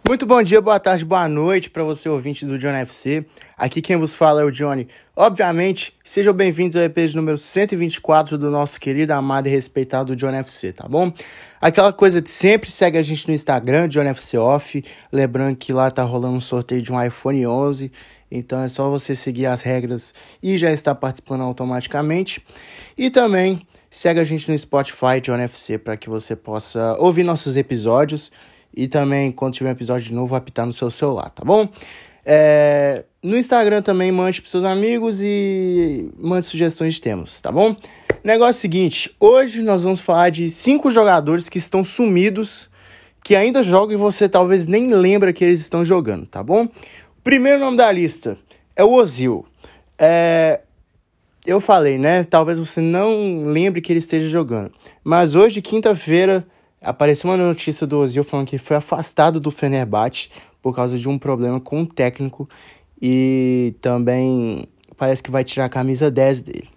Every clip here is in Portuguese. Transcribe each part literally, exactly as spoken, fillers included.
Muito bom dia, boa tarde, boa noite para você, ouvinte do Johnny F C. Aqui quem vos fala é o Johnny. Obviamente, sejam bem-vindos ao E P número cento e vinte e quatro do nosso querido, amado e respeitado Johnny F C, tá bom? Aquela coisa de sempre, segue a gente no Instagram, Johnny F C Off. Lembrando que lá tá rolando um sorteio de um iPhone onze, então é só você seguir as regras e já está participando automaticamente. E também segue a gente no Spotify, Johnny F C, para que você possa ouvir nossos episódios. E também, quando tiver um episódio novo, apitar no seu celular, tá bom? É... No Instagram também, mande pros seus amigos e mande sugestões de temas, tá bom? Negócio é o seguinte, hoje nós vamos falar de cinco jogadores que estão sumidos, que ainda jogam e você talvez nem lembra que eles estão jogando, tá bom? O primeiro nome da lista é o Ozil. É... Eu falei, né? Talvez você não lembre que ele esteja jogando. Mas hoje, quinta-feira, apareceu uma notícia do Ozil falando que foi afastado do Fenerbahçe por causa de um problema com o técnico e também parece que vai tirar a camisa dez dele.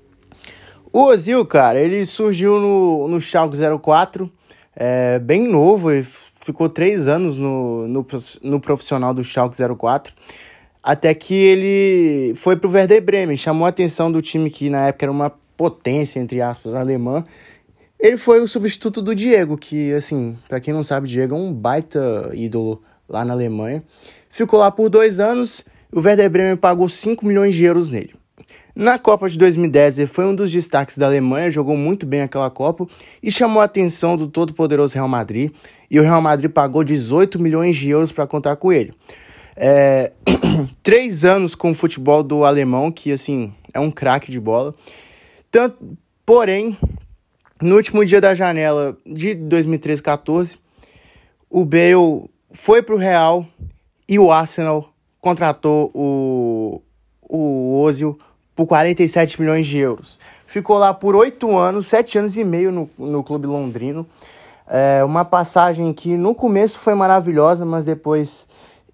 O Ozil, cara, ele surgiu no, no Schalke zero quatro, é, bem novo, e ficou três anos no, no, no profissional do Schalke zero quatro, até que ele foi pro Werder Bremen, chamou a atenção do time que na época era uma potência, entre aspas, alemã. Ele foi o substituto do Diego, que, assim, pra quem não sabe, Diego é um baita ídolo lá na Alemanha. Ficou lá por dois anos, o Werder Bremen pagou cinco milhões de euros nele. Na Copa de dois mil e dez, ele foi um dos destaques da Alemanha, jogou muito bem aquela Copa e chamou a atenção do todo-poderoso Real Madrid. E o Real Madrid pagou dezoito milhões de euros para contar com ele. É... Três anos com o futebol do alemão, que, assim, é um craque de bola. Tanto... Porém... No último dia da janela de dois mil e treze, quatorze, o Bale foi para o Real e o Arsenal contratou o, o Ozil por quarenta e sete milhões de euros. Ficou lá por oito anos, sete anos e meio no, no clube londrino. É uma passagem que no começo foi maravilhosa, mas depois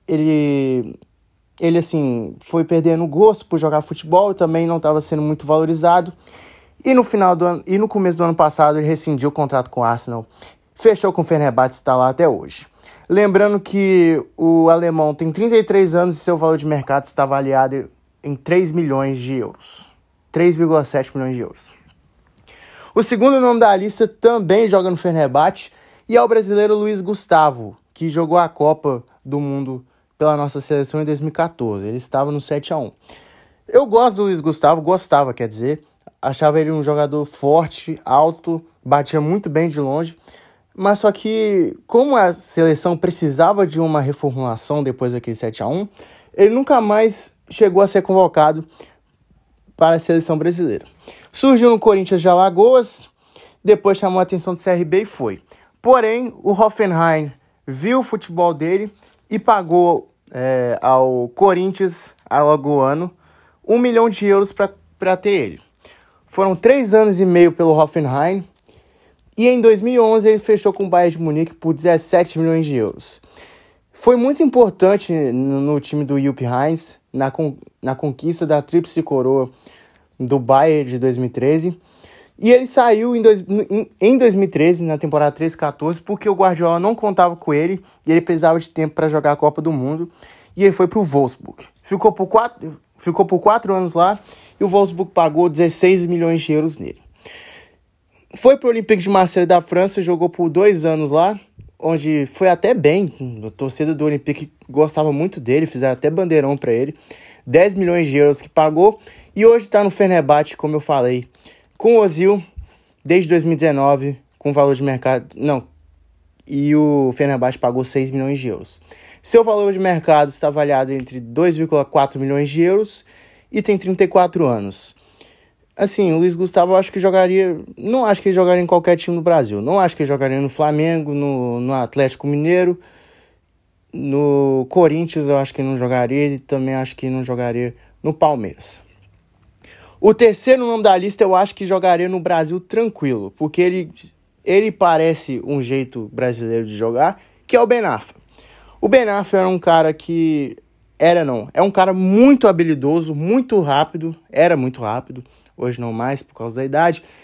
ele, ele assim, foi perdendo gosto por jogar futebol e também não estava sendo muito valorizado. E no final do ano, e no começo do ano passado ele rescindiu o contrato com o Arsenal, fechou com o Fenerbahçe e está lá até hoje. Lembrando que o alemão tem trinta e três anos e seu valor de mercado está avaliado em três milhões de euros. três vírgula sete milhões de euros. O segundo nome da lista também joga no Fenerbahçe e é o brasileiro Luiz Gustavo, que jogou a Copa do Mundo pela nossa seleção em dois mil e quatorze. Ele estava no sete a um. Eu gosto do Luiz Gustavo, gostava, quer dizer... Achava ele um jogador forte, alto, batia muito bem de longe. Mas só que, como a seleção precisava de uma reformulação depois daquele sete a um, ele nunca mais chegou a ser convocado para a seleção brasileira. Surgiu no Corinthians de Alagoas, depois chamou a atenção do C R B e foi. Porém, o Hoffenheim viu o futebol dele e pagou é, ao Corinthians alagoano um milhão de euros para ter ele. Foram três anos e meio pelo Hoffenheim e em dois mil e onze ele fechou com o Bayern de Munique por dezessete milhões de euros. Foi muito importante no, no time do Jupp Heynckes, na, con, na conquista da tríplice coroa do Bayern de dois mil e treze. E ele saiu em, dois, em, em dois mil e treze, na temporada treze quatorze, porque o Guardiola não contava com ele e ele precisava de tempo para jogar a Copa do Mundo. E ele foi para o Wolfsburg. Ficou por quatro... Ficou por quatro anos lá e o Wolfsburg pagou dezesseis milhões de euros nele. Foi para o Olympique de Marseille da França, jogou por dois anos lá, onde foi até bem. A torcida do Olympique gostava muito dele, fizeram até bandeirão para ele. dez milhões de euros que pagou e hoje está no Fenerbahçe, como eu falei, com o Ozil desde dois mil e dezenove, com valor de mercado... Não, e o Fenerbahçe pagou seis milhões de euros. Seu valor de mercado está avaliado entre dois vírgula quatro milhões de euros e tem trinta e quatro anos. Assim, o Luiz Gustavo eu acho que jogaria... Não acho que ele jogaria em qualquer time do Brasil. Não acho que ele jogaria no Flamengo, no, no Atlético Mineiro, no Corinthians eu acho que não jogaria e também acho que não jogaria no Palmeiras. O terceiro nome da lista eu acho que jogaria no Brasil tranquilo, porque ele, ele parece um jeito brasileiro de jogar, que é o Ben Arfa. O Ben Arfa era um cara que... Era não, é um cara muito habilidoso, muito rápido, era muito rápido, hoje não mais por causa da idade.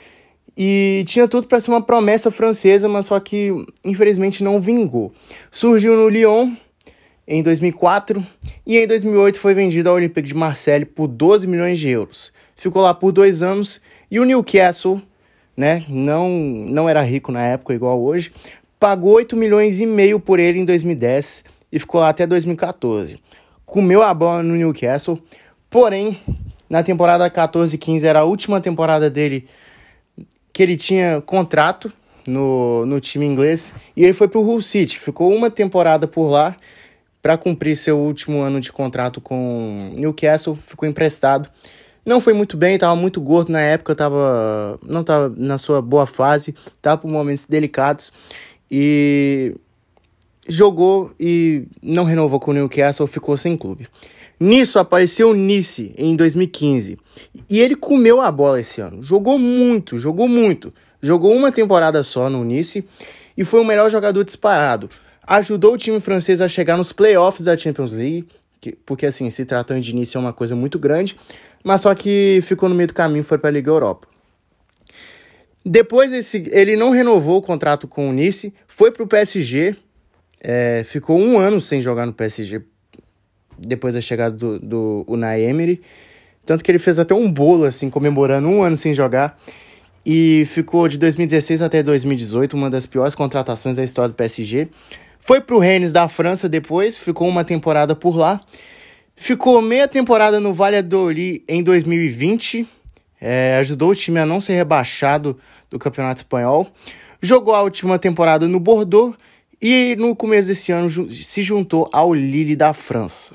E tinha tudo para ser uma promessa francesa, mas só que infelizmente não vingou. Surgiu no Lyon em dois mil e quatro e em dois mil e oito foi vendido ao Olympique de Marseille por doze milhões de euros. Ficou lá por dois anos e o Newcastle, né, não, não era rico na época igual hoje, pagou oito milhões e meio por ele em dois mil e dez e ficou lá até dois mil e catorze. Comeu a bola no Newcastle, porém na temporada catorze e quinze era a última temporada dele que ele tinha contrato no, no time inglês, e ele foi para o Hull City, ficou uma temporada por lá para cumprir seu último ano de contrato com Newcastle, ficou emprestado. Não foi muito bem, estava muito gordo na época, tava, não estava na sua boa fase, estava por momentos delicados, e jogou e não renovou com o Newcastle, ficou sem clube. Nisso apareceu o Nice em dois mil e quinze e ele comeu a bola esse ano, jogou muito, jogou muito, jogou uma temporada só no Nice e foi o melhor jogador disparado, ajudou o time francês a chegar nos playoffs da Champions League, que, porque assim, se tratando de Nice é uma coisa muito grande, mas só que ficou no meio do caminho, foi para a Liga Europa. Depois esse, ele não renovou o contrato com o Nice, foi para o P S G, é, ficou um ano sem jogar no P S G, depois da chegada do, do Unai Emery, tanto que ele fez até um bolo, assim, comemorando um ano sem jogar, e ficou de dois mil e dezesseis até dois mil e dezoito, uma das piores contratações da história do P S G, foi pro Rennes da França depois, ficou uma temporada por lá, ficou meia temporada no Valladolid em dois mil e vinte, é, ajudou o time a não ser rebaixado do Campeonato Espanhol, jogou a última temporada no Bordeaux, e no começo desse ano se juntou ao Lille da França.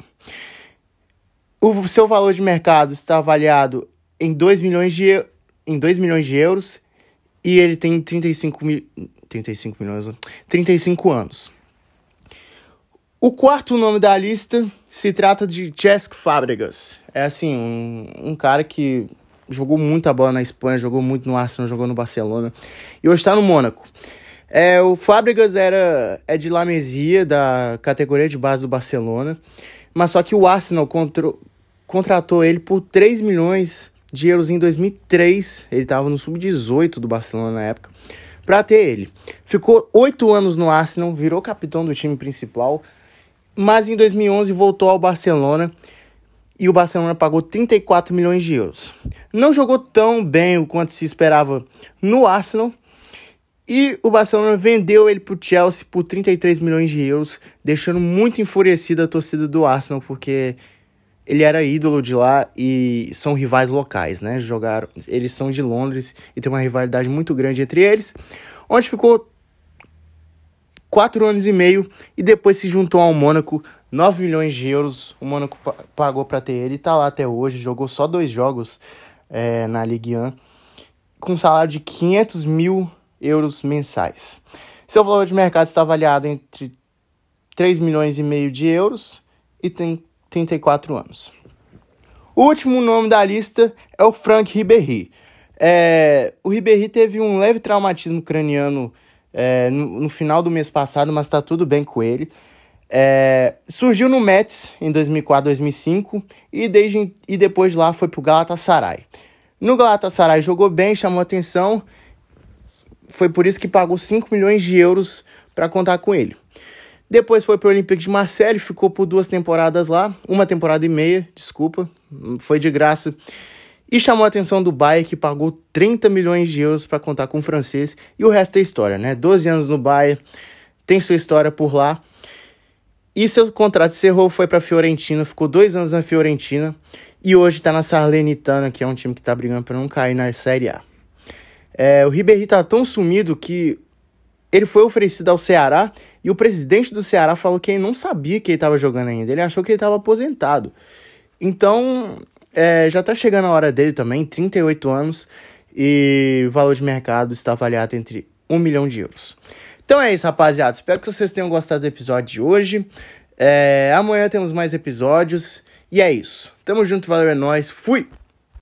O seu valor de mercado está avaliado em dois milhões de, em dois milhões de euros e ele tem trinta e cinco, mil, trinta e cinco milhões, trinta e cinco anos. O quarto nome da lista se trata de Cesc Fábregas. É assim, um, um cara que jogou muita bola na Espanha, jogou muito no Arsenal, jogou no Barcelona e hoje está no Mônaco. É, o Fábregas era, é de La Masia, da categoria de base do Barcelona, mas só que o Arsenal contro, contratou ele por três milhões de euros em dois mil e três, ele estava no sub dezoito do Barcelona na época, para ter ele. Ficou oito anos no Arsenal, virou capitão do time principal, mas em dois mil e onze voltou ao Barcelona e o Barcelona pagou trinta e quatro milhões de euros. Não jogou tão bem o quanto se esperava no Arsenal, e o Barcelona vendeu ele para o Chelsea por trinta e três milhões de euros, deixando muito enfurecida a torcida do Arsenal, porque ele era ídolo de lá e são rivais locais, né? Jogaram, eles são de Londres e tem uma rivalidade muito grande entre eles, onde ficou quatro anos e meio e depois se juntou ao Mônaco, nove milhões de euros, o Mônaco pagou para ter ele, tá lá até hoje, jogou só dois jogos é, na Ligue um, com um salário de quinhentos mil euros mensais. Seu valor de mercado está avaliado entre três milhões e meio de euros e tem trinta e quatro anos. O último nome da lista é o Franck Ribéry. É, o Ribéry teve um leve traumatismo craniano é, no, no final do mês passado, mas está tudo bem com ele. É, surgiu no Metz em dois mil e quatro, dois mil e cinco e, desde, e depois de lá foi para o Galatasaray. No Galatasaray jogou bem, chamou atenção. Foi por isso que pagou cinco milhões de euros para contar com ele. Depois foi para o Olympique de Marseille, ficou por duas temporadas lá, uma temporada e meia, desculpa, foi de graça. E chamou a atenção do Bayern, que pagou trinta milhões de euros para contar com o francês. E o resto é história, né? doze anos no Bayern, tem sua história por lá. E seu contrato encerrou, foi para a Fiorentina, ficou dois anos na Fiorentina. E hoje está na Salernitana, que é um time que está brigando para não cair na Série A. É, o Ribéry tá tão sumido que ele foi oferecido ao Ceará e o presidente do Ceará falou que ele não sabia que ele estava jogando ainda, ele achou que ele estava aposentado. Então, é, já tá chegando a hora dele também, trinta e oito anos, e o valor de mercado está avaliado entre um milhão de euros. Então é isso, rapaziada, espero que vocês tenham gostado do episódio de hoje. É, amanhã temos mais episódios, e é isso. Tamo junto, valeu, é nóis, fui!